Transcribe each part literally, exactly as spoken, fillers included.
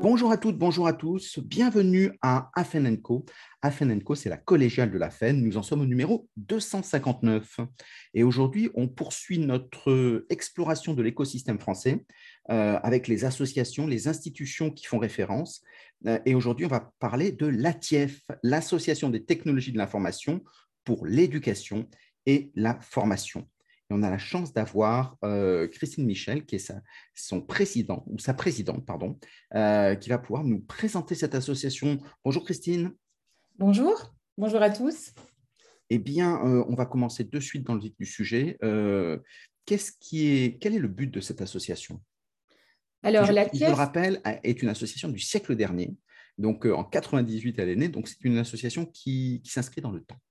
Bonjour à toutes, bonjour à tous, bienvenue à Afen and Co. Afen and Co, c'est la collégiale de l'Afen. Nous en sommes au numéro deux cent cinquante-neuf. Et aujourd'hui, on poursuit notre exploration de l'écosystème français euh, avec les associations, les institutions qui font référence. Euh, et aujourd'hui, on va parler de l'A T I E F, l'Association des technologies de l'information pour l'éducation et la formation. Et on a la chance d'avoir euh, Christine Michel, qui est sa, son président, ou sa présidente, pardon, euh, qui va pouvoir nous présenter cette association. Bonjour Christine. Bonjour, bonjour à tous. Eh bien, euh, on va commencer de suite dans le vif du sujet. Euh, qu'est-ce qui est, quel est le but de cette association, qui, Alors, je, qui, je le l'A T I E F, rappelle, est une association du siècle dernier. Donc, euh, en quatre-vingt-dix-huit, elle est née. Donc, c'est une association qui, qui s'inscrit dans le temps.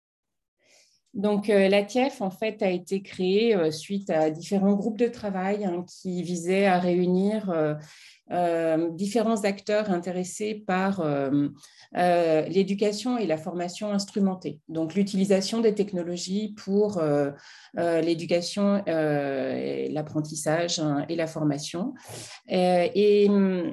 donc euh, l'A T I E F en fait a été créée euh, suite à différents groupes de travail hein, qui visaient à réunir euh, euh, différents acteurs intéressés par euh, euh, l'éducation et la formation instrumentée. Donc l'utilisation des technologies pour euh, euh, l'éducation, euh, l'apprentissage hein, et la formation. Euh, et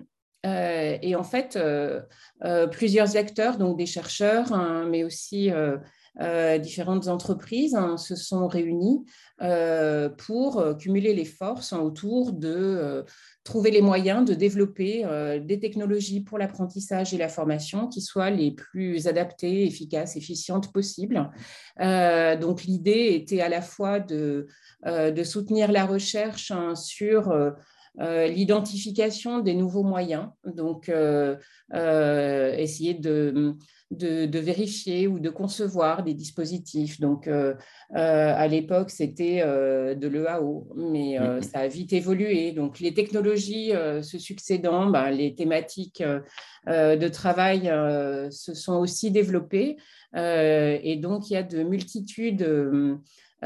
euh, et en fait, euh, euh, plusieurs acteurs, donc des chercheurs, hein, mais aussi euh, euh, différentes entreprises, hein, se sont réunis euh, pour euh, cumuler les forces hein, autour de euh, trouver les moyens de développer euh, des technologies pour l'apprentissage et la formation qui soient les plus adaptées, efficaces, efficientes possibles. Euh, donc l'idée était à la fois de, euh, de soutenir la recherche hein, sur euh, euh, l'identification des nouveaux moyens, donc euh, euh, essayer de, de, de, vérifier ou de concevoir des dispositifs. Donc, euh, euh, à l'époque, c'était euh, de l'E A O, mais euh, Mm-hmm. ça a vite évolué. Donc, les technologies euh, se succédant, ben, les thématiques euh, de travail euh, se sont aussi développées. Euh, et donc, il y a de multitudes euh,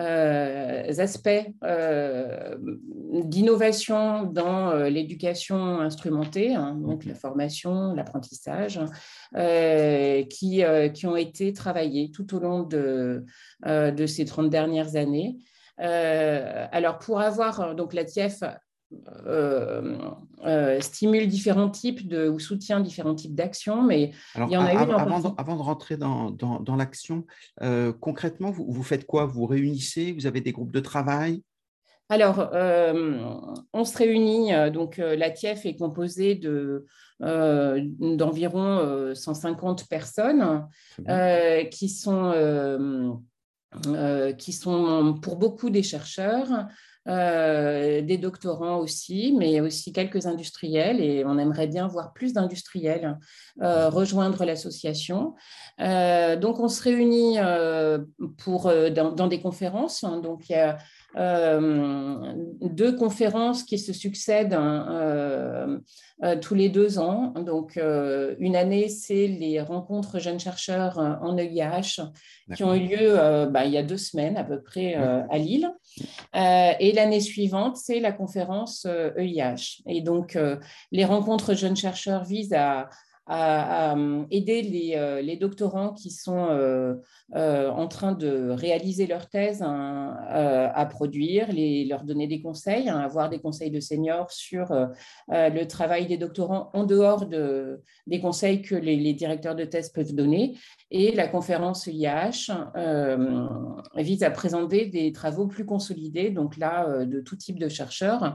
euh, aspects euh, d'innovation dans euh, l'éducation instrumentée, hein, donc la formation, l'apprentissage, euh, qui, euh, qui ont été travaillés tout au long de, euh, de ces trente dernières années. Euh, alors, pour avoir, donc la T I E F euh, euh, stimule différents types de, ou soutient différents types d'actions, mais il Alors, y en a une en avant de, particulier. avant de rentrer dans, dans, dans l'action, euh, concrètement, vous, vous faites quoi? Vous réunissez? Vous avez des groupes de travail? Alors, euh, on se réunit, euh, donc euh, l'A T I E F est composée de, euh, d'environ euh, cent cinquante personnes Très bien. euh, qui, sont, euh, euh, qui sont pour beaucoup des chercheurs, euh, des doctorants aussi, mais aussi quelques industriels, et on aimerait bien voir plus d'industriels euh, rejoindre l'association. Euh, donc, on se réunit euh, pour, euh, dans, dans des conférences, hein, donc il y a euh, deux conférences qui se succèdent euh, euh, tous les deux ans. Donc, euh, une année, c'est les rencontres jeunes chercheurs en E I H qui ont eu lieu euh, bah, il y a deux semaines à peu près Oui. euh, à Lille. Euh, et l'année suivante, c'est la conférence euh, E I H. Et donc, euh, les rencontres jeunes chercheurs visent à, à, à aider les, euh, les doctorants qui sont euh, euh, en train de réaliser leur thèse hein, euh, à produire, les, leur donner des conseils, hein, avoir des conseils de seniors sur euh, euh, le travail des doctorants en dehors de, des conseils que les, les directeurs de thèse peuvent donner. Et la conférence E I H euh, vise à présenter des travaux plus consolidés, donc là, euh, de tout type de chercheurs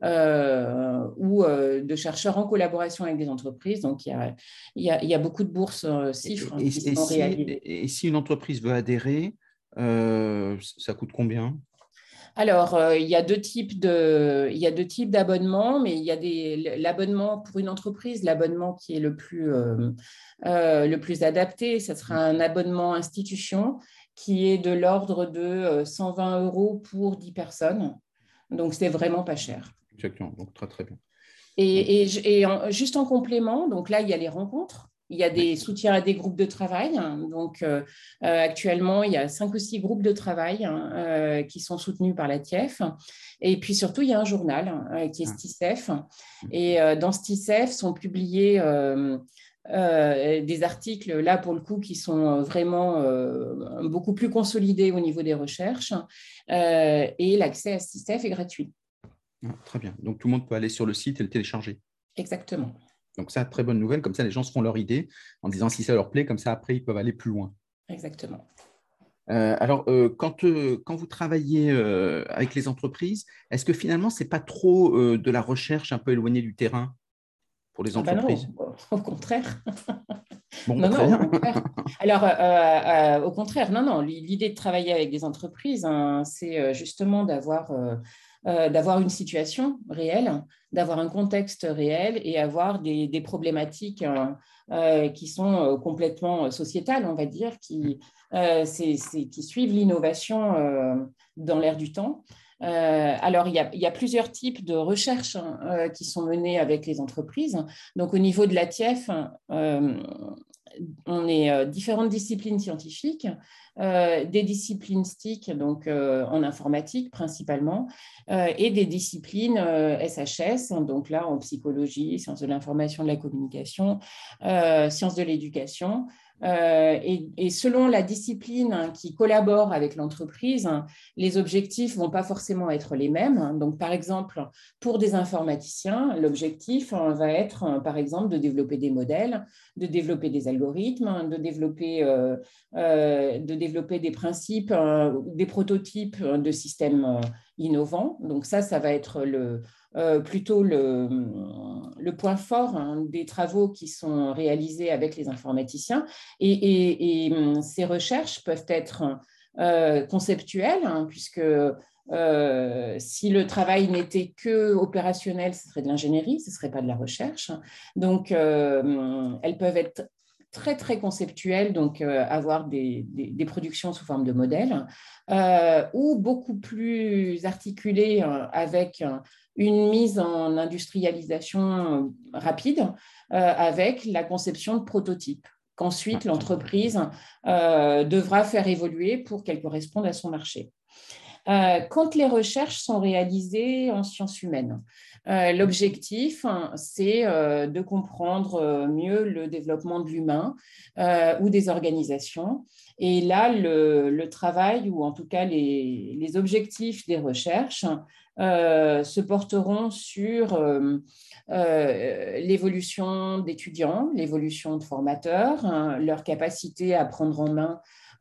euh, ou euh, de chercheurs en collaboration avec des entreprises. Donc, il y a, il y a, il y a beaucoup de bourses euh, CIFRE Et, et, qui et sont si, réalisées. et si une entreprise veut adhérer, euh, ça coûte combien? Alors, euh, il y a deux types de, il y a deux types d'abonnements, mais il y a des, l'abonnement pour une entreprise, l'abonnement qui est le plus, euh, euh, le plus adapté, ce sera un abonnement institution qui est de l'ordre de cent vingt euros pour dix personnes. Donc, c'est vraiment pas cher. Exactement, donc très très bien. Donc, Et, et, et en, juste en complément, donc là, il y a les rencontres. Il y a oui. des soutiens à des groupes de travail. Donc, euh, actuellement, il y a cinq ou six groupes de travail euh, qui sont soutenus par la T I E F. Et puis surtout, il y a un journal euh, qui est Ah. STICEF. Et euh, dans STICEF sont publiés euh, euh, des articles, là, pour le coup, qui sont vraiment euh, beaucoup plus consolidés au niveau des recherches. Euh, et l'accès à STICEF est gratuit. Ah, très bien. Donc tout le monde peut aller sur le site et le télécharger. Exactement. Donc ça, très bonne nouvelle. Comme ça, les gens se font leur idée en disant si ça leur plaît, comme ça, après, ils peuvent aller plus loin. Exactement. Euh, alors, euh, quand, euh, quand vous travaillez euh, avec les entreprises, est-ce que finalement, ce n'est pas trop euh, de la recherche un peu éloignée du terrain pour les Ah ben entreprises? non, au contraire. Bon, bah, Non, très non, au bien. contraire. Alors, euh, euh, au contraire, non, non, l'idée de travailler avec des entreprises, hein, c'est euh, justement d'avoir euh, euh, d'avoir une situation réelle, d'avoir un contexte réel et avoir des, des problématiques euh, euh, qui sont euh, complètement sociétales, on va dire, qui, euh, c'est, c'est- qui suivent l'innovation euh, dans l'air du temps. Euh, alors, il y, a, il y a plusieurs types de recherches hein, euh, qui sont menées avec les entreprises. Donc, au niveau de l'A T I E F, euh, on est euh, différentes disciplines scientifiques, euh, des disciplines S T I C, donc euh, en informatique principalement, euh, et des disciplines euh, S H S, donc là en psychologie, sciences de l'information, de la communication, euh, sciences de l'éducation. Euh, et, et, selon la discipline qui collabore avec l'entreprise, les objectifs ne vont pas forcément être les mêmes. Donc, par exemple, pour des informaticiens, l'objectif va être, par exemple, de développer des modèles, de développer des algorithmes, de développer, euh, euh, de développer des principes, euh, des prototypes de systèmes euh, innovants. Donc ça, ça va être le, euh, plutôt le, le point fort hein, des travaux qui sont réalisés avec les informaticiens. Et, et, et ces recherches peuvent être euh, conceptuelles, hein, puisque euh, si le travail n'était que opérationnel, ce serait de l'ingénierie, ce ne serait pas de la recherche. Donc, euh, elles peuvent être très, très conceptuelles, donc euh, avoir des, des, des, productions sous forme de modèles, euh, ou beaucoup plus articulées euh, avec une mise en industrialisation rapide, euh, avec la conception de prototypes qu'ensuite l'entreprise euh, devra faire évoluer pour qu'elle corresponde à son marché. Euh, quand les recherches sont réalisées en sciences humaines, euh, l'objectif, hein, c'est euh, de comprendre mieux le développement de l'humain euh, ou des organisations. Et là, le, le, travail, ou en tout cas les, les objectifs des recherches, euh, se porteront sur euh, euh, l'évolution d'étudiants, l'évolution de formateurs, hein, leur capacité à prendre en main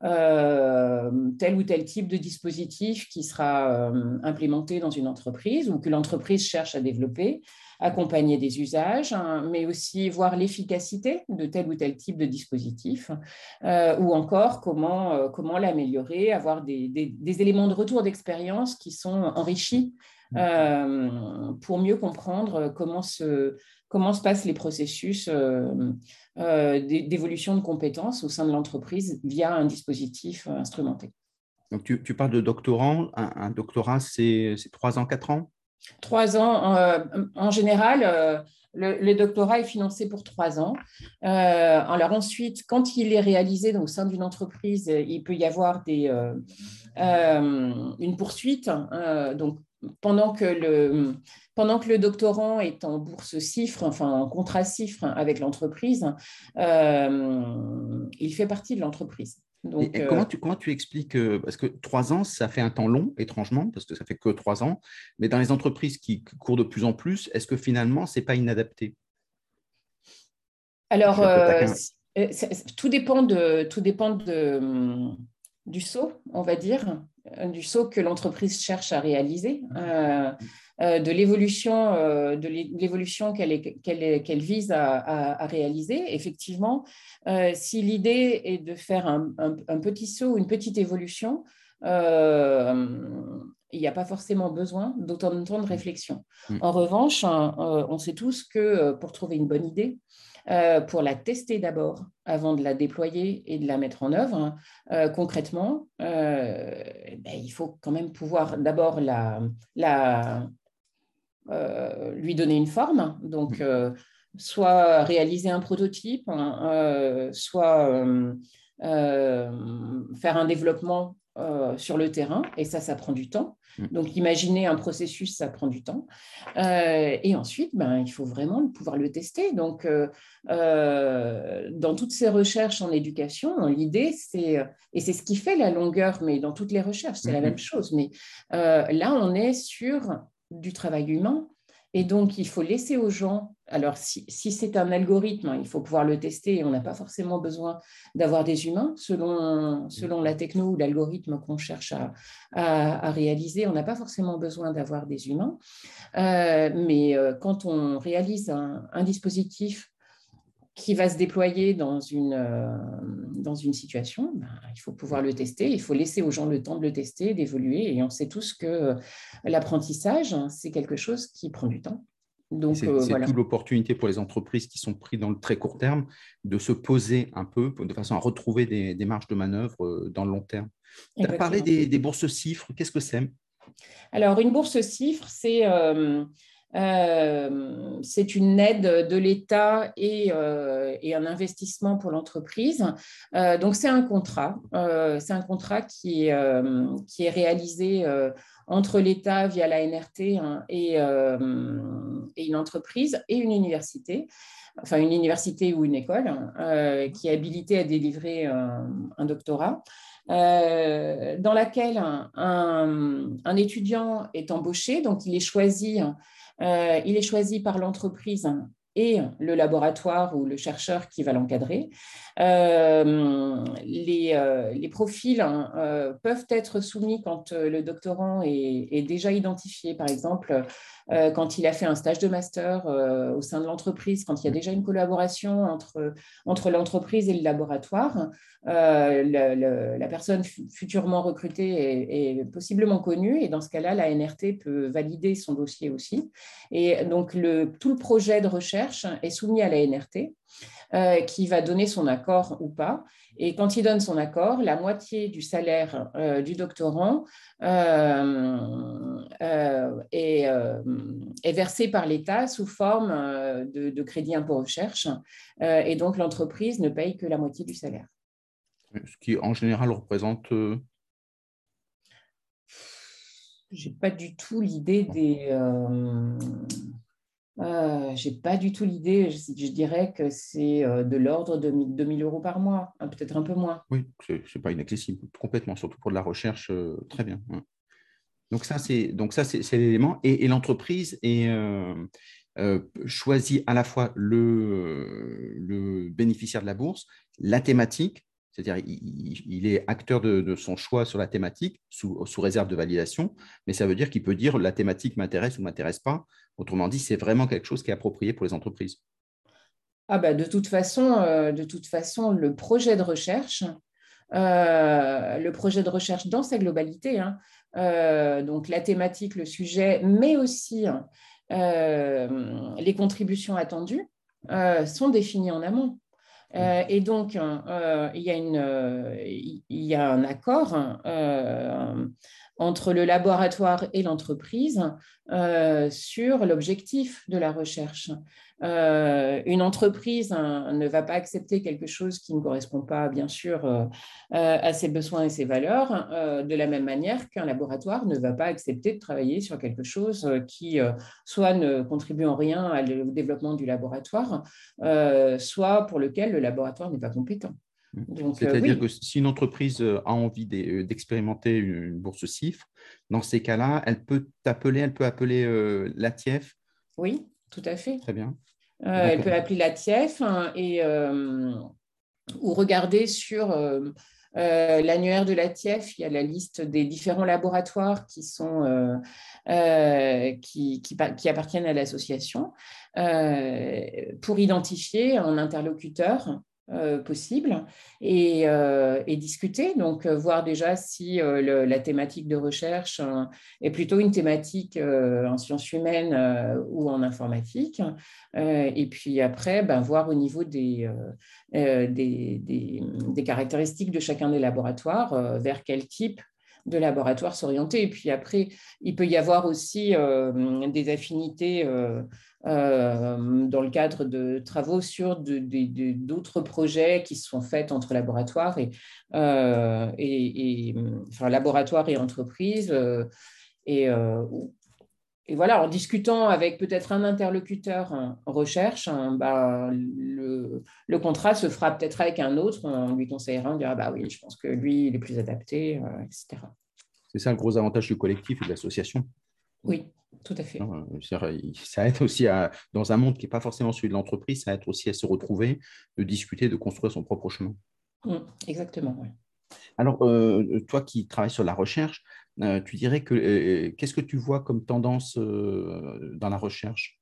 Euh, tel ou tel type de dispositif qui sera euh, implémenté dans une entreprise ou que l'entreprise cherche à développer, accompagner des usages, hein, mais aussi voir l'efficacité de tel ou tel type de dispositif, euh, ou encore comment, euh, comment l'améliorer, avoir des, des, des éléments de retour d'expérience qui sont enrichis euh, pour mieux comprendre comment se, comment se passent les processus euh, euh, d'évolution de compétences au sein de l'entreprise via un dispositif instrumenté. Donc, tu, tu parles de doctorant. Un, un doctorat, c'est trois ans, quatre ans? Trois ans. Euh, en général, euh, le, le doctorat est financé pour trois ans. Euh, alors ensuite, quand il est réalisé donc, au sein d'une entreprise, il peut y avoir des, euh, euh, une poursuite. Euh, donc, pendant que, le, pendant que le doctorant est en bourse cifre, enfin en contrat cifre avec l'entreprise, euh, il fait partie de l'entreprise. Donc, et, et comment, tu, comment tu expliques, euh, parce que trois ans, ça fait un temps long, étrangement, parce que ça fait que trois ans, mais dans les entreprises qui courent de plus en plus, est-ce que finalement, ce n'est pas inadapté? Alors, euh, tout dépend, de, tout dépend de, du saut, on va dire, du saut que l'entreprise cherche à réaliser, euh, euh, de l'évolution euh, de l'évolution qu'elle qu'elle qu'elle vise à, à, à, réaliser. Effectivement, euh, si l'idée est de faire un, un, un petit saut, une petite évolution, euh, il n'y a pas forcément besoin d'autant de temps de réflexion. En revanche, hein, on sait tous que pour trouver une bonne idée, Euh, pour la tester d'abord avant de la déployer et de la mettre en œuvre euh, concrètement, euh, ben, il faut quand même pouvoir d'abord la, la, euh, lui donner une forme. Donc, euh, soit réaliser un prototype, euh, soit euh, euh, faire un développement euh, sur le terrain, et ça, ça prend du temps. Donc, imaginer un processus, ça prend du temps. Euh, et ensuite, ben, il faut vraiment pouvoir le tester. Donc, euh, euh, dans toutes ces recherches en éducation, l'idée, c'est, et c'est ce qui fait la longueur, mais dans toutes les recherches, c'est la même chose. Mais euh, là, on est sur du travail humain Et donc, il faut laisser aux gens, alors si, si c'est un algorithme, hein, il faut pouvoir le tester et on n'a pas forcément besoin d'avoir des humains selon, selon la techno ou l'algorithme qu'on cherche à, à, à réaliser. On n'a pas forcément besoin d'avoir des humains. Euh, mais euh, quand on réalise un, un dispositif qui va se déployer dans une, euh, dans une situation, ben, il faut pouvoir le tester, il faut laisser aux gens le temps de le tester, d'évoluer, et on sait tous que l'apprentissage, c'est quelque chose qui prend du temps. Donc, C'est euh, c'est voilà. toute l'opportunité pour les entreprises qui sont prises dans le très court terme de se poser un peu de façon à retrouver des, des marges de manœuvre euh, dans le long terme. Tu as parlé Exactement. des, des bourses CIFRE, qu'est-ce que c'est? Alors, une bourse CIFRE, c'est euh, euh, c'est une aide de l'État et, euh, et un investissement pour l'entreprise. Euh, donc, c'est un contrat. Euh, c'est un contrat qui, euh, qui est réalisé euh, entre l'État via la N R T hein, et, euh, et une entreprise et une université, enfin une université ou une école euh, qui est habilitée à délivrer un, un doctorat. Euh, dans laquelle un, un, un, étudiant est embauché, donc il est choisi, euh, il est choisi par l'entreprise et le laboratoire ou le chercheur qui va l'encadrer. Euh, les, euh, les profils euh, peuvent être soumis quand le doctorant est, est déjà identifié, par exemple, euh, quand il a fait un stage de master euh, au sein de l'entreprise, quand il y a déjà une collaboration entre, entre l'entreprise et le laboratoire. Euh, le, le, la personne futurement recrutée est, est, possiblement connue et dans ce cas-là, la N R T peut valider son dossier aussi. Et donc, le, tout le projet de recherche est soumis à la N R T euh, qui va donner son accord ou pas. Et quand il donne son accord, la moitié du salaire euh, du doctorant euh, euh, est, euh, est versée par l'État sous forme euh, de, de crédit impôt recherche. Euh, et donc, l'entreprise ne paye que la moitié du salaire. Ce qui, en général, représente… Euh... Je n'ai pas du tout l'idée des… Euh, euh, j'ai pas du tout l'idée. Je, je dirais que c'est euh, de l'ordre de deux mille euros par mois, hein, peut-être un peu moins. Oui, ce n'est pas inaccessible, complètement, surtout pour de la recherche, euh, très bien. Ouais. Donc ça, c'est donc ça c'est l'élément. Et, et l'entreprise est, euh, euh, choisit à la fois le, le bénéficiaire de la bourse, la thématique, c'est-à-dire il, il est acteur de, de son choix sur la thématique sous, sous réserve de validation, mais ça veut dire qu'il peut dire la thématique m'intéresse ou m'intéresse pas. Autrement dit, c'est vraiment quelque chose qui est approprié pour les entreprises. Ah bah, de toute façon, euh, de toute façon, le projet de recherche, euh, le projet de recherche dans sa globalité, hein, euh, donc la thématique, le sujet, mais aussi euh, les contributions attendues, euh, sont définies en amont. Euh, et donc, euh, il, y a une, euh, il y a un accord euh, entre le laboratoire et l'entreprise euh, sur l'objectif de la recherche. Euh, une entreprise hein, ne va pas accepter quelque chose qui ne correspond pas, bien sûr, euh, à ses besoins et ses valeurs, euh, de la même manière qu'un laboratoire ne va pas accepter de travailler sur quelque chose qui euh, soit ne contribue en rien au développement du laboratoire, euh, soit pour lequel le laboratoire n'est pas compétent. C'est-à-dire euh, oui. que si une entreprise a envie d'expérimenter une bourse CIFRE, dans ces cas-là, elle peut appeler, elle peut appeler euh, l'A T I E F. Oui, tout à fait. Très bien. Euh, Donc, elle peut appeler l'A T I E F hein, et, euh, ou regarder sur euh, euh, l'annuaire de l'A T I E F, il y a la liste des différents laboratoires qui, sont, euh, euh, qui, qui, qui appartiennent à l'association euh, pour identifier un interlocuteur Euh, possible et, euh, et discuter, donc euh, voir déjà si euh, le, la thématique de recherche euh, est plutôt une thématique euh, en sciences humaines euh, ou en informatique, euh, et puis après ben, voir au niveau des, euh, des, des, des caractéristiques de chacun des laboratoires euh, vers quel type de laboratoire s'orienter. Et puis après, il peut y avoir aussi euh, des affinités euh, euh, dans le cadre de travaux sur d'autres projets qui se sont faits entre laboratoires et, euh, et, et enfin, laboratoires et entreprises. Euh, et, euh, et voilà, en discutant avec peut-être un interlocuteur en recherche, hein, bah, le, le contrat se fera peut-être avec un autre, on lui conseillera, on dira bah oui, je pense que lui, il est plus adapté, euh, et cetera. c'est ça le gros avantage du collectif et de l'association. Oui, tout à fait. Non, ça aide aussi à, dans un monde qui n'est pas forcément celui de l'entreprise, ça aide aussi à se retrouver, de discuter, de construire son propre chemin. Mm, exactement, oui. Alors, euh, toi qui travailles sur la recherche, euh, tu dirais que euh, qu'est-ce que tu vois comme tendance euh, dans la recherche?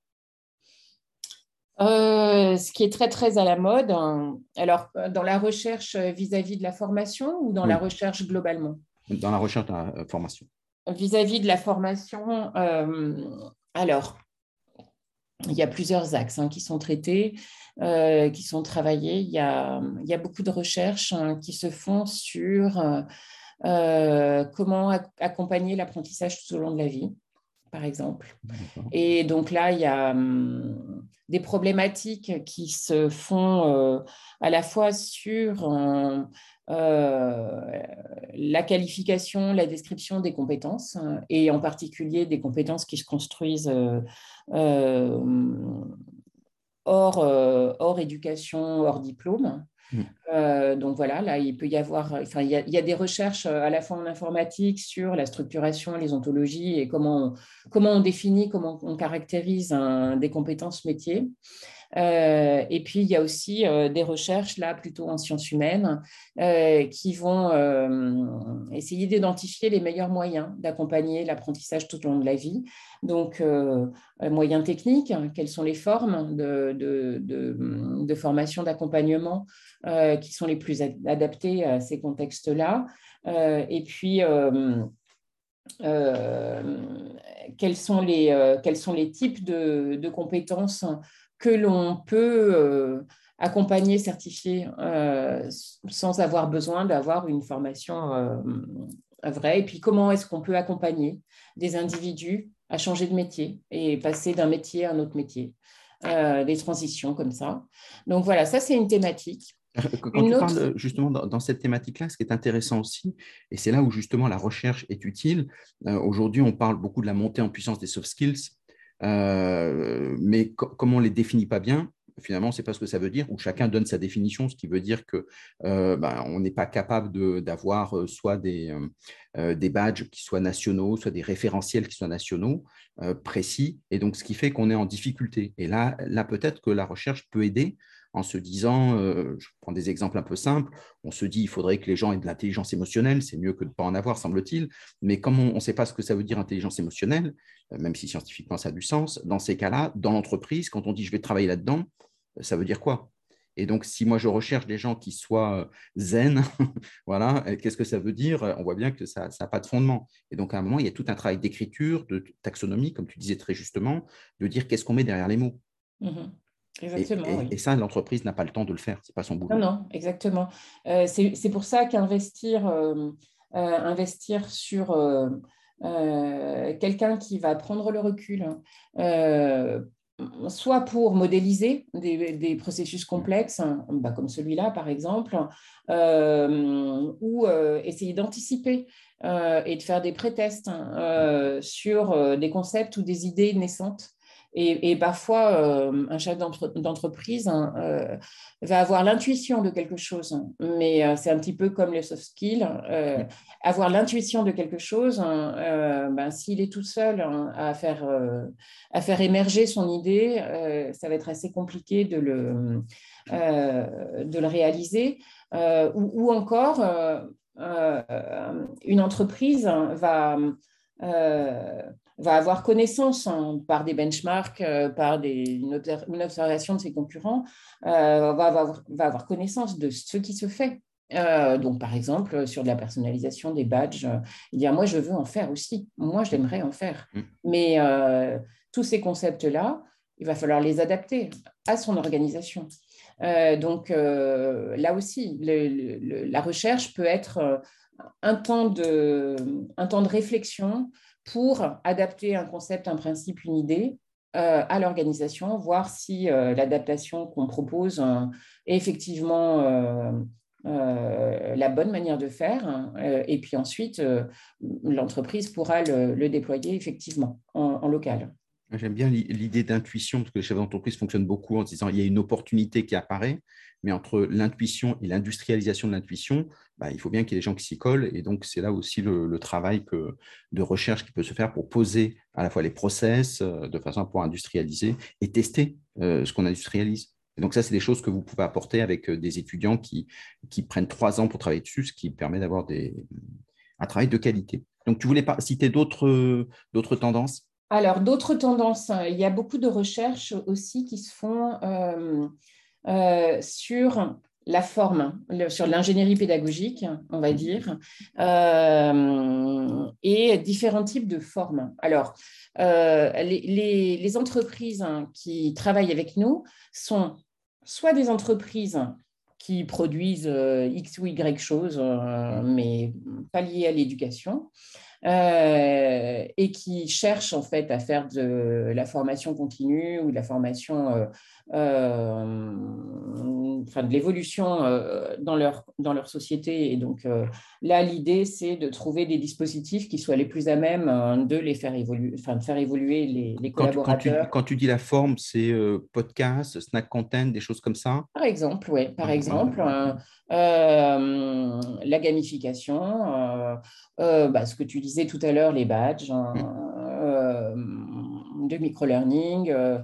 Euh, ce qui est très, très à la mode, hein, alors euh, dans la recherche euh, vis-à-vis de la formation ou dans la Oui, recherche globalement? dans la recherche, dans la formation. Vis-à-vis de la formation, euh, alors, il y a plusieurs axes hein, qui sont traités, euh, qui sont travaillés. Il y a, il y a beaucoup de recherches hein, qui se font sur euh, euh, comment ac- accompagner l'apprentissage tout au long de la vie, par exemple. D'accord. Et donc là, il y a hum, des problématiques qui se font euh, à la fois sur euh, euh, la qualification, la description des compétences, hein, et en particulier des compétences qui se construisent euh, euh, hors, euh, hors éducation, hors diplôme. Mm. Euh, donc voilà, là, il peut y avoir, enfin, il y a, il y a des recherches euh, à la fois en informatique sur la structuration, les ontologies et comment on, comment on définit, comment on caractérise un, des compétences métiers. Euh, et puis, il y a aussi euh, des recherches, là, plutôt en sciences humaines, euh, qui vont euh, essayer d'identifier les meilleurs moyens d'accompagner l'apprentissage tout au long de la vie. Donc, euh, moyens techniques, quelles sont les formes de, de, de, de formation, d'accompagnement euh, qui sont les plus ad adaptées à ces contextes-là. Euh, et puis, euh, euh, quels, sont les, euh, quels sont les types de, de compétences que l'on peut euh, accompagner, certifier euh, sans avoir besoin d'avoir une formation euh, vraie. Et puis, comment est-ce qu'on peut accompagner des individus à changer de métier et passer d'un métier à un autre métier, euh, des transitions comme ça. Donc voilà, ça c'est une thématique. Quand Une tu autre, parles justement dans, dans cette thématique-là, ce qui est intéressant aussi, et c'est là où justement la recherche est utile, euh, aujourd'hui on parle beaucoup de la montée en puissance des soft skills, euh, mais co- comme on ne les définit pas bien, finalement, on ne sait pas ce que ça veut dire, ou chacun donne sa définition, ce qui veut dire que euh, ben, on n'est pas capable de- d'avoir euh, soit des, euh, euh, des badges qui soient nationaux, soit des référentiels qui soient nationaux, euh, précis, et donc ce qui fait qu'on est en difficulté. Et là, là peut-être que la recherche peut aider en se disant, euh, je prends des exemples un peu simples, on se dit il faudrait que les gens aient de l'intelligence émotionnelle, c'est mieux que de ne pas en avoir, semble-t-il, mais comme on ne sait pas ce que ça veut dire intelligence émotionnelle, euh, même si scientifiquement ça a du sens, dans ces cas-là, dans l'entreprise, quand on dit je vais travailler là-dedans, ça veut dire quoi? Et donc, si moi je recherche des gens qui soient euh, zen, voilà, qu'est-ce que ça veut dire? On voit bien que ça n'a pas de fondement. Et donc, à un moment, il y a tout un travail d'écriture, de taxonomie, comme tu disais très justement, de dire qu'est-ce qu'on met derrière les mots. Mhm. Et, Exactement, et, oui. et ça, l'entreprise n'a pas le temps de le faire, ce n'est pas son Non, boulot. non, exactement. Euh, c'est, c'est pour ça qu'investir euh, euh, investir sur euh, euh, quelqu'un qui va prendre le recul, euh, soit pour modéliser des, des processus complexes, hein, bah, comme celui-là par exemple, euh, ou euh, essayer d'anticiper euh, et de faire des pré-tests hein, euh, sur euh, des concepts ou des idées naissantes. Et, et parfois, euh, un chef d'entre- d'entreprise hein, euh, va avoir l'intuition de quelque chose, hein, mais euh, c'est un petit peu comme les soft skills. Euh, avoir l'intuition de quelque chose, hein, euh, ben, s'il est tout seul hein, à, faire, euh, à faire émerger son idée, euh, ça va être assez compliqué de le, euh, de le réaliser. Euh, ou, ou, encore, euh, euh, une entreprise hein, va... Euh, va avoir connaissance hein, par des benchmarks, euh, par des, une, une observation de ses concurrents, euh, va, avoir, va avoir connaissance de ce qui se fait. Euh, donc, par exemple, sur de la personnalisation des badges, euh, dire moi, je veux en faire aussi. Moi, j'aimerais en faire. Mais euh, tous ces concepts-là, il va falloir les adapter à son organisation. Euh, donc, euh, là aussi, le, le, la recherche peut être un temps de, un temps de réflexion pour adapter un concept, un principe, une idée euh, à l'organisation, voir si euh, l'adaptation qu'on propose euh, est effectivement euh, euh, la bonne manière de faire. Hein, euh, et puis ensuite, euh, l'entreprise pourra le, le, déployer effectivement en, en local. J'aime bien l'idée d'intuition, parce que les chefs d'entreprise fonctionnent beaucoup en se disant il y a une opportunité qui apparaît, mais entre l'intuition et l'industrialisation de l'intuition, bah, il faut bien qu'il y ait des gens qui s'y collent. Et donc, c'est là aussi le, le travail que, de recherche qui peut se faire pour poser à la fois les process euh, de façon à pouvoir industrialiser et tester euh, ce qu'on industrialise. Et donc, ça, c'est des choses que vous pouvez apporter avec euh, des étudiants qui, qui prennent trois ans pour travailler dessus, ce qui permet d'avoir des, un travail de qualité. Donc, tu voulais pas citer d'autres euh, d'autres tendances? Alors, d'autres tendances, hein. Il y a beaucoup de recherches aussi qui se font euh, euh, sur la forme, le- sur l'ingénierie pédagogique, on va dire, euh, et différents types de formes. Alors, euh, les, les- les entreprises, hein, qui travaillent avec nous sont soit des entreprises qui produisent euh, X ou Y choses, euh, mais pas liées à l'éducation, euh, et qui cherchent en fait à faire de la formation continue ou de la formation, euh, euh, enfin de l'évolution euh, dans leur, dans leur société. Et donc euh, là, l'idée, c'est de trouver des dispositifs qui soient les plus à même euh, de les faire évoluer, enfin de faire évoluer les, les Quand tu, quand tu, collaborateurs. quand tu dis la forme, c'est euh, podcast, snack content, des choses comme ça? Par exemple, oui, par Ouais, ouais. exemple, euh, euh, la gamification, euh, euh, bah, ce que tu disais tout à l'heure, les badges, Mm, hein, euh, de micro-learning, euh,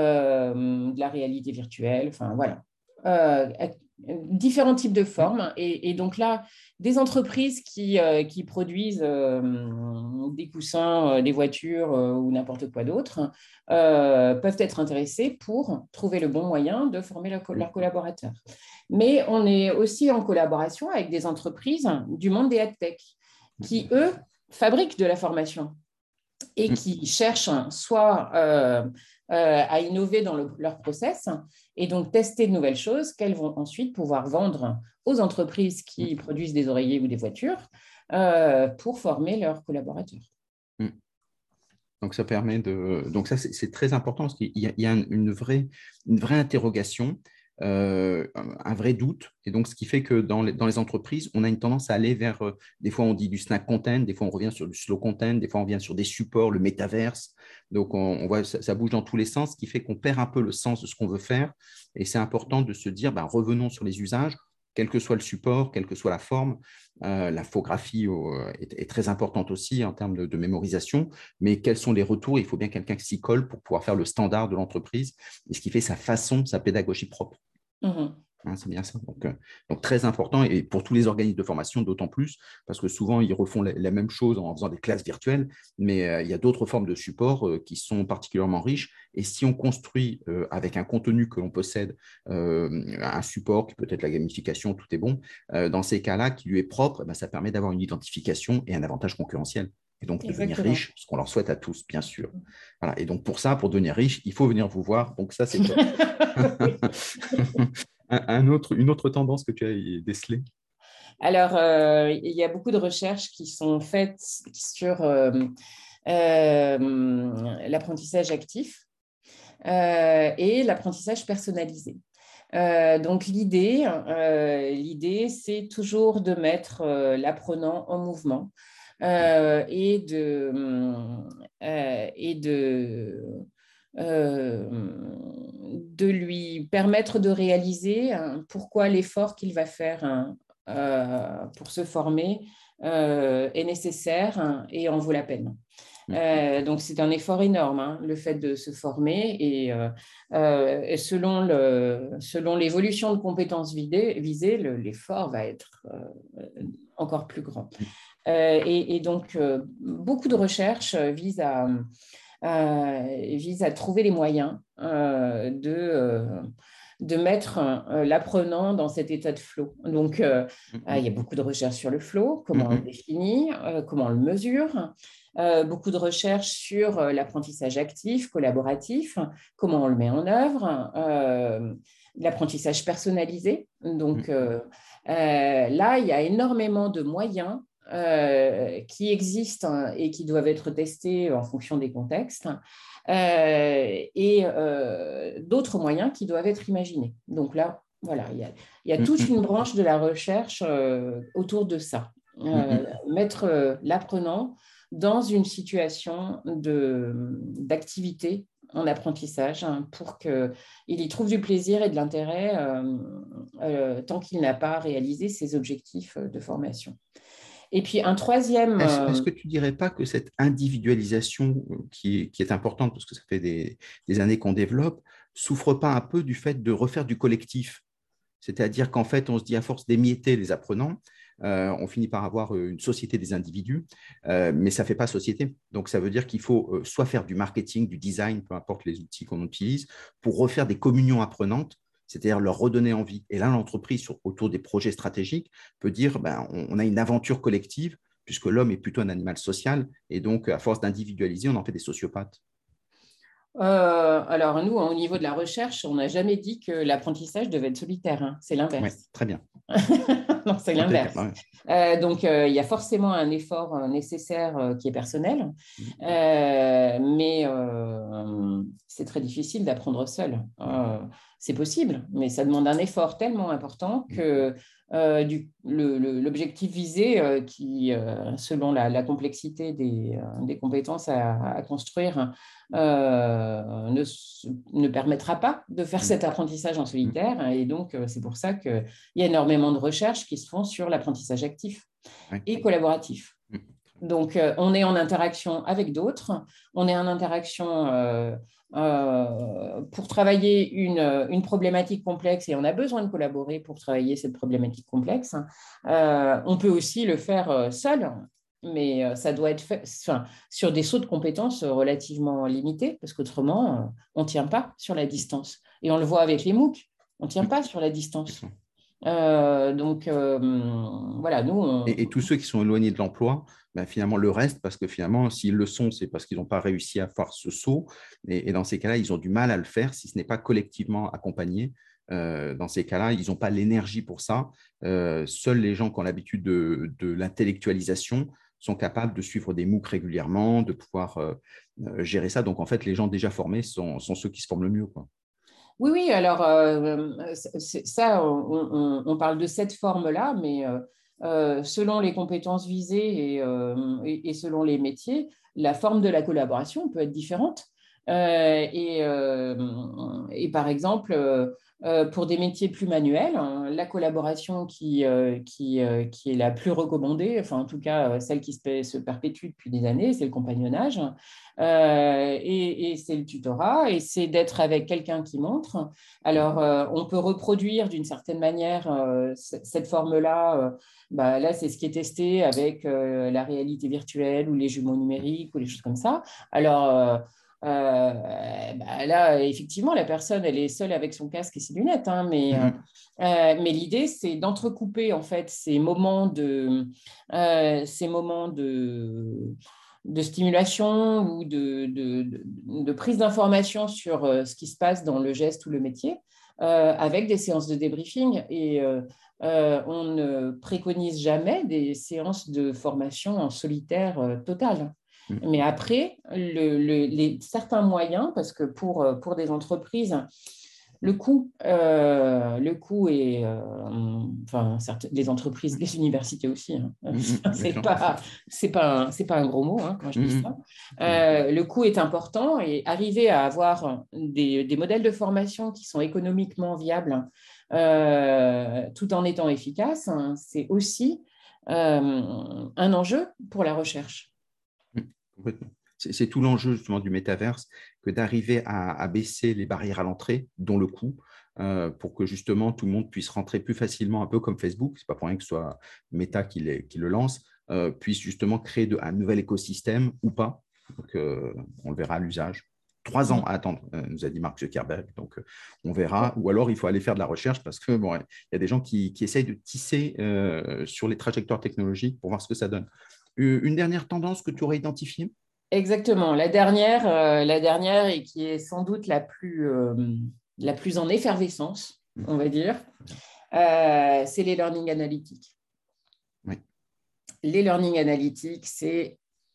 euh, de la réalité virtuelle, enfin voilà. Euh, Différents types de mm, formes. Et, et donc là, des entreprises qui, euh, qui produisent euh, des coussins, euh, des voitures euh, ou n'importe quoi d'autre, euh, peuvent être intéressés pour trouver le bon moyen de former leur- leurs collaborateurs. Mais on est aussi en collaboration avec des entreprises du monde des headtech qui, eux, fabriquent de la formation et mm, qui cherchent soit euh, euh, à innover dans le- leur process et donc tester de nouvelles choses qu'elles vont ensuite pouvoir vendre aux entreprises mm, qui produisent des oreillers ou des voitures euh, pour former leurs collaborateurs. mm. Donc, ça permet de. Donc, ça, c'est c'est très important parce qu'il y a, il y a une vraie, une vraie interrogation, euh, un un vrai doute. Et donc, ce qui fait que dans les, dans les entreprises, on a une tendance à aller vers. euh, Des fois, on dit du snack content, des fois, on revient sur du slow content, des fois, on revient sur des supports, le métaverse. Donc, on, on voit ça, ça bouge dans tous les sens, ce qui fait qu'on perd un peu le sens de ce qu'on veut faire. Et c'est important de se dire, ben, revenons sur les usages, quel que soit le support, quelle que soit la forme. Euh, l'infographie euh, est, est très importante aussi en termes de, de mémorisation, mais quels sont les retours? Il faut bien quelqu'un qui s'y colle pour pouvoir faire le standard de l'entreprise, et ce qui fait sa façon, sa pédagogie propre. Mhm. Hein, c'est bien ça. Donc, euh, donc, très important, et pour tous les organismes de formation, d'autant plus, parce que souvent, ils refont la, la même chose en faisant des classes virtuelles, mais euh, il y a d'autres formes de support euh, qui sont particulièrement riches. Et si on construit euh, avec un contenu que l'on possède, euh, un support qui peut être la gamification, tout est bon, euh, dans ces cas-là, qui lui est propre, eh ben, ça permet d'avoir une identification et un avantage concurrentiel. Et donc devenir Exactement. riche, ce qu'on leur souhaite à tous, bien sûr. Voilà. Et donc pour ça, pour devenir riche, il faut venir vous voir. Donc ça, c'est top. Oui. Un, un autre, une autre tendance que tu as décelée? Alors, euh, il y a beaucoup de recherches qui sont faites sur euh, euh, l'apprentissage actif euh, et l'apprentissage personnalisé. Euh, donc l'idée, euh, l'idée, c'est toujours de mettre euh, l'apprenant en mouvement euh, et de, euh, et de, euh, de lui permettre de réaliser hein, pourquoi l'effort qu'il va faire hein, euh, pour se former euh, est nécessaire hein, et en vaut la peine. Euh, donc, c'est un effort énorme, hein, le fait de se former. Et, euh, euh, et selon, le, selon l'évolution de compétences vidées, visées, le, l'effort va être euh, encore plus grand. Euh, et, et, donc, euh, beaucoup de recherches visent à, euh, visent à trouver les moyens euh, de... Euh, de mettre euh, l'apprenant dans cet état de flow. Donc, euh, euh, il y a beaucoup de recherches sur le flow, comment on le définit, euh, comment on le mesure, euh, beaucoup de recherches sur euh, l'apprentissage actif, collaboratif, comment on le met en œuvre, euh, l'apprentissage personnalisé. Donc, euh, euh, là, il y a énormément de moyens euh, qui existent hein, et qui doivent être testés en fonction des contextes. Euh, et euh, d'autres moyens qui doivent être imaginés. Donc là, voilà, il y a, il y a toute une branche de la recherche euh, autour de ça. Euh, mettre euh, l'apprenant dans une situation de, d'activité en apprentissage hein, pour qu'il y trouve du plaisir et de l'intérêt euh, euh, tant qu'il n'a pas réalisé ses objectifs de formation. Et puis un troisième… Est-ce, est-ce Euh, que tu ne dirais pas que cette individualisation euh, qui est, qui est importante, parce que ça fait des, des années qu'on développe, souffre pas un peu du fait de refaire du collectif? C'est-à-dire qu'en fait, on se dit à force d'émietter les apprenants, euh, on finit par avoir une société des individus, euh, mais ça ne fait pas société. Donc, ça veut dire qu'il faut euh, soit faire du marketing, du design, peu importe les outils qu'on utilise, pour refaire des communions apprenantes, c'est-à-dire leur redonner envie. Et là, l'entreprise, sur, autour des projets stratégiques, peut dire ben, on, on a une aventure collective, puisque l'homme est plutôt un animal social, et donc, à force d'individualiser, on en fait des sociopathes. Euh, alors, nous, au niveau de la recherche, on n'a jamais dit que l'apprentissage devait être solitaire. Hein. C'est Oui, l'inverse. très bien. Non, c'est En l'inverse. ouais. Euh, donc, euh, il y a forcément un effort euh, nécessaire euh, qui est personnel, euh, mais euh, c'est très difficile d'apprendre seul. Euh, c'est possible, mais ça demande un effort tellement important que euh, du, le, le, l'objectif visé, euh, qui, euh, selon la, la complexité des, euh, des compétences à, à construire, euh, ne, ne permettra pas de faire cet apprentissage en solitaire. Et donc, euh, c'est pour ça qu'il y a énormément de recherches qui se font sur l'apprentissage actif Ouais. et collaboratif. Donc, euh, on est en interaction avec d'autres, on est en interaction euh, euh, pour travailler une, une problématique complexe et on a besoin de collaborer pour travailler cette problématique complexe. Euh, on peut aussi le faire seul, mais euh, ça doit être fait enfin, sur des sauts de compétences relativement limités, parce qu'autrement, on ne tient pas sur la distance. Et on le voit avec les MOOC, on ne tient pas sur la distance. Euh, donc, euh, voilà, nous… On… Et, et tous ceux qui sont éloignés de l'emploi, ben finalement, le reste, parce que finalement, s'ils le sont, c'est parce qu'ils n'ont pas réussi à faire ce saut. Et, et dans ces cas-là, ils ont du mal à le faire si ce n'est pas collectivement accompagné. Euh, dans ces cas-là, ils n'ont pas l'énergie pour ça. Euh, seuls les gens qui ont l'habitude de, de l'intellectualisation sont capables de suivre des MOOC régulièrement, de pouvoir euh, gérer ça. Donc, en fait, les gens déjà formés sont, sont ceux qui se forment le mieux, quoi. Oui, oui, alors euh, ça, on, on, on, parle de cette forme-là, mais euh, euh, selon les compétences visées et, euh, et, et, selon les métiers, la forme de la collaboration peut être différente. Euh, et, euh, et par exemple, euh, pour des métiers plus manuels, hein, la collaboration qui, euh, qui, euh, qui est la plus recommandée, enfin en tout cas celle qui se, se perpétue depuis des années, c'est le compagnonnage. Euh, et, et c'est le tutorat, et c'est d'être avec quelqu'un qui montre. Alors, euh, on peut reproduire d'une certaine manière euh, cette forme-là. Euh, bah, là, c'est ce qui est testé avec euh, la réalité virtuelle ou les jumeaux numériques ou les choses comme ça. Alors, euh, euh, bah, là, effectivement, la personne, elle est seule avec son casque et ses lunettes, hein, mais, euh, euh, mais l'idée, c'est d'entrecouper en fait ces moments de, euh, ces moments de de stimulation ou de, de, de, de prise d'information sur euh, ce qui se passe dans le geste ou le métier, euh, avec des séances de débriefing. Et euh, euh, on ne préconise jamais des séances de formation en solitaire euh, total. Mais après, le, le, les, certains moyens, parce que pour, pour des entreprises, le coût, euh, le coût est, euh, enfin, les entreprises, les universités aussi, hein. c'est pas, c'est pas, un, c'est pas un gros mot hein, quand je dis ça. Euh, le coût est important et arriver à avoir des, des modèles de formation qui sont économiquement viables, euh, tout en étant efficaces, hein, c'est aussi euh, un enjeu pour la recherche. Complètement. C'est, c'est tout l'enjeu justement du métaverse, que d'arriver à, à baisser les barrières à l'entrée, dont le coût, euh, pour que justement tout le monde puisse rentrer plus facilement, un peu comme Facebook, c'est pas pour rien que ce soit Meta qui, les, qui le lance, euh, puisse justement créer de, un nouvel écosystème ou pas. Donc, euh, on le verra à l'usage. Trois ans à attendre, euh, nous a dit Mark Zuckerberg. Donc, euh, on verra. Ou alors, il faut aller faire de la recherche parce que bon, il y a des gens qui, qui essayent de tisser euh, sur les trajectoires technologiques pour voir ce que ça donne. Une dernière tendance que tu aurais identifiée? Exactement. La dernière, euh, la dernière et qui est sans doute la plus, euh, la plus en effervescence, on va dire, euh, c'est les learning analytics. Oui. Les learning analytics, c'est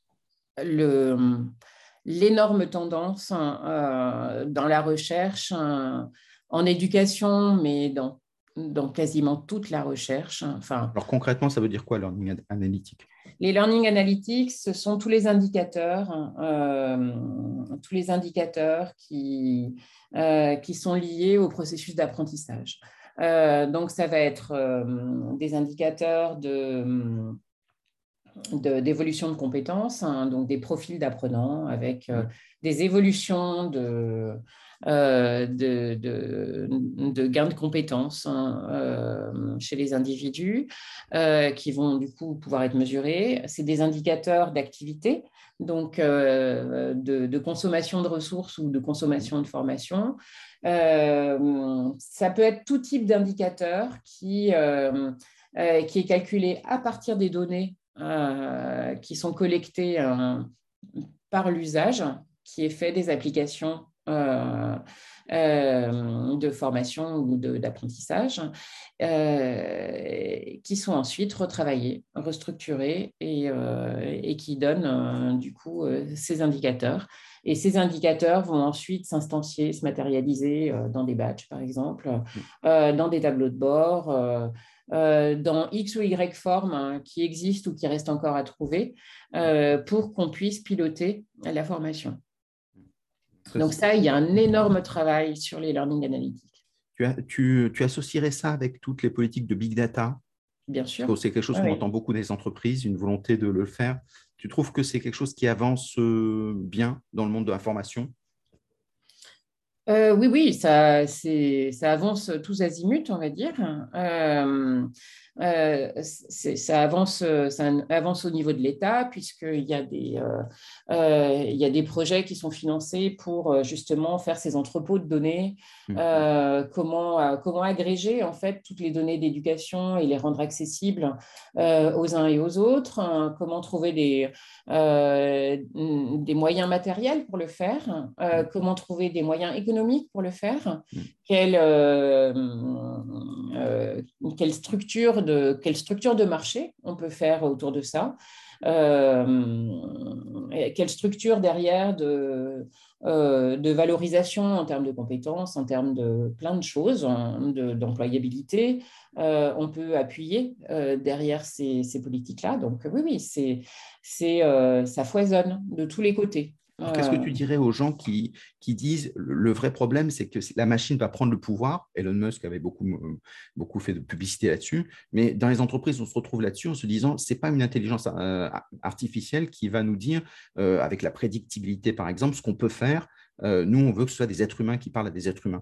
le, l'énorme tendance euh, dans la recherche, euh, en éducation, mais dans dans quasiment toute la recherche. Enfin, Alors concrètement, ça veut dire quoi, learning analytique? les learning analytics, ce sont tous les indicateurs, euh, tous les indicateurs qui, euh, qui sont liés au processus d'apprentissage. Euh, donc, ça va être euh, des indicateurs de, de, d'évolution de compétences, hein, donc des profils d'apprenants avec euh, des évolutions de, euh, de, de, de gains de compétences, hein, euh, chez les individus, euh, qui vont du coup pouvoir être mesurés. C'est des indicateurs d'activité, donc euh, de, de consommation de ressources ou de consommation de formation. Euh, ça peut être tout type d'indicateur qui, euh, euh, qui est calculé à partir des données euh, qui sont collectées euh, par l'usage qui est fait des applications euh, euh, de formation ou de, d'apprentissage, euh, qui sont ensuite retravaillés, restructurés et, euh, et qui donnent euh, du coup euh, ces indicateurs. Et ces indicateurs vont ensuite s'instancier, se matérialiser euh, dans des badges, par exemple, euh, dans des tableaux de bord, euh, euh, dans X ou Y formes, hein, qui existent ou qui restent encore à trouver, euh, pour qu'on puisse piloter la formation. Ça, Donc ça, il y a un énorme travail sur les learning analytics. tu, as, tu, tu associerais ça avec toutes les politiques de big data? Bien Parce sûr. que c'est quelque chose Oui, qu'on oui. entend beaucoup des entreprises, une volonté de le faire. Tu trouves que c'est quelque chose qui avance euh, bien dans le monde de la formation? Euh, oui, oui, ça, c'est, ça avance tous azimuts, on va dire. Euh, euh, c'est- ça avance, ça avance au niveau de l'État, puisqu'il y a des, euh, euh, il y a des projets qui sont financés pour euh, justement faire ces entrepôts de données, Mhm. euh, comment, euh, comment agréger en fait toutes les données d'éducation et les rendre accessibles euh, aux uns et aux autres, hein, comment trouver des, euh, des moyens matériels pour le faire, euh, comment trouver des moyens économiques pour le faire, Mhm. quelle, euh, euh, quelle, structure de, quelle structure de marché on peut faire autour de ça, euh, quelle structure derrière de, euh, de valorisation en termes de compétences, en termes de plein de choses, hein, de, d'employabilité, euh, on peut appuyer euh, derrière ces, ces politiques-là. Donc oui, oui, c'est, c'est, euh, ça foisonne de tous les côtés. Alors, qu'est-ce que Euh, tu dirais aux gens qui, qui disent le le vrai problème, c'est que la machine va prendre le pouvoir? Elon Musk avait beaucoup, euh, beaucoup fait de publicité là-dessus, mais dans les entreprises, on se retrouve là-dessus en se disant, ce n'est pas une intelligence euh, artificielle qui va nous dire, euh, avec la prédictibilité par exemple, ce qu'on peut faire. Euh, nous, on veut que ce soit des êtres humains qui parlent à des êtres humains.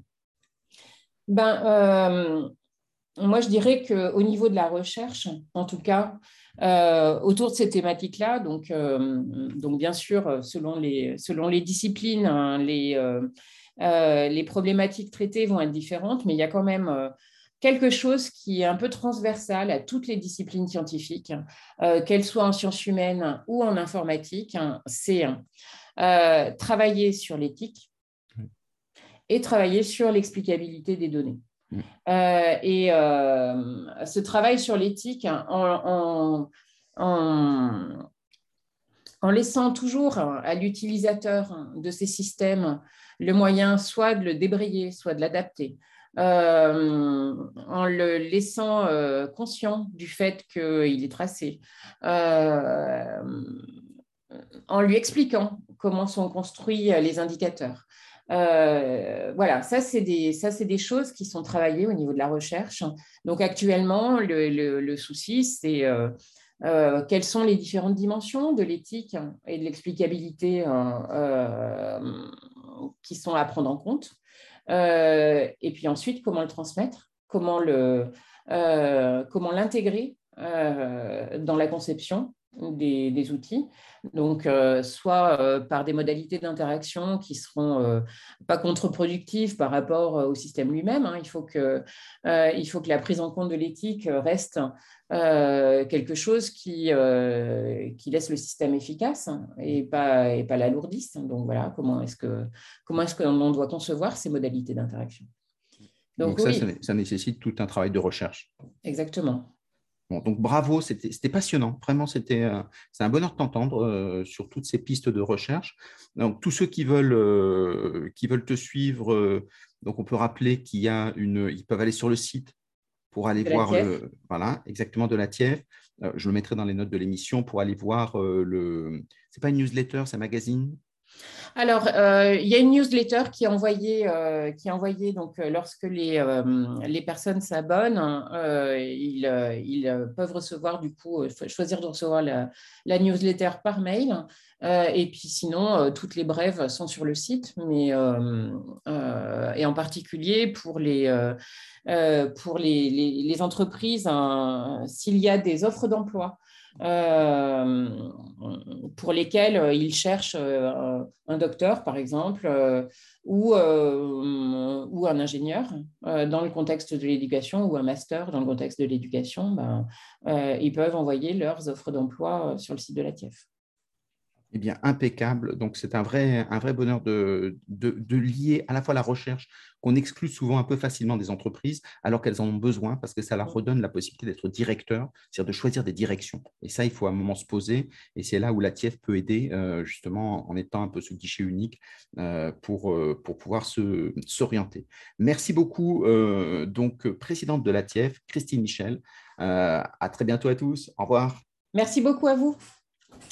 ben, euh, Moi, je dirais qu'au niveau de la recherche, en tout cas, euh, autour de ces thématiques-là, donc, euh, donc bien sûr, selon les, selon les disciplines, hein, les, euh, euh, les problématiques traitées vont être différentes, mais il y a quand même euh, quelque chose qui est un peu transversal à toutes les disciplines scientifiques, euh, qu'elles soient en sciences humaines ou en informatique, hein, c'est euh, travailler sur l'éthique et travailler sur l'explicabilité des données. Mm. Euh, et euh, ce travail sur l'éthique, hein, en, en, en, en laissant toujours à l'utilisateur de ces systèmes le moyen soit de le débrayer, soit de l'adapter, euh, en le laissant euh, conscient du fait qu'il est tracé, euh, en lui expliquant comment sont construits les indicateurs. Euh, voilà, ça c'est des, ça, c'est des choses qui sont travaillées au niveau de la recherche. Donc actuellement, le, le, le souci, c'est euh, euh, quelles sont les différentes dimensions de l'éthique et de l'explicabilité euh, qui sont à prendre en compte. Euh, et puis ensuite, comment le transmettre, comment, le, euh, comment l'intégrer euh, dans la conception des, des outils. Donc, euh, soit euh, par des modalités d'interaction qui seront euh, pas contre-productives par rapport euh, au système lui-même. Hein. Il faut que, euh, il faut que la prise en compte de l'éthique reste euh, quelque chose qui, euh, qui laisse le système efficace, hein, et pas, et pas l'alourdisse. Donc, voilà, comment est-ce que, comment est-ce qu'on doit concevoir ces modalités d'interaction. Donc, Donc ça, ça, oui, ça nécessite tout un travail de recherche. exactement. Bon, donc bravo, c'était c'était passionnant. Vraiment, c'était euh, c'est un bonheur de t'entendre euh, sur toutes ces pistes de recherche. Donc tous ceux qui veulent euh, qui veulent te suivre, euh, donc on peut rappeler qu'il y a une, ils peuvent aller sur le site. pour aller De la voir T F. le, voilà, exactement de la T I E F. Euh, je le mettrai dans les notes de l'émission pour aller voir euh, le, c'est pas une newsletter, c'est un magazine. Alors, euh, il y a une newsletter qui est envoyée, euh, qui est envoyée donc, euh, lorsque les, euh, les personnes s'abonnent, euh, ils, euh, ils euh, peuvent recevoir, du coup, euh, choisir de recevoir la, la newsletter par mail. Euh, et puis sinon, euh, toutes les brèves sont sur le site, mais, euh, euh, et en particulier pour les, euh, euh, pour les, les, les entreprises, hein, s'il y a des offres d'emploi euh, pour lesquels euh, ils cherchent euh, un docteur, par exemple, euh, ou, euh, ou un ingénieur euh, dans le contexte de l'éducation, ou un master dans le contexte de l'éducation, ben, euh, ils peuvent envoyer leurs offres d'emploi euh, sur le site de la T I E F. Eh bien, impeccable. Donc, c'est un vrai, un vrai bonheur de, de, de lier à la fois la recherche qu'on exclut souvent un peu facilement des entreprises, alors qu'elles en ont besoin, parce que ça leur redonne la possibilité d'être directeur, c'est-à-dire de choisir des directions. Et ça, il faut à un moment se poser. Et c'est là où la T I E F peut aider, euh, justement, en étant un peu ce guichet unique euh, pour, euh, pour pouvoir se, s'orienter. Merci beaucoup, euh, donc, présidente de la T I E F, Christine Michel. Euh, à très bientôt à tous. Au revoir. Merci beaucoup à vous.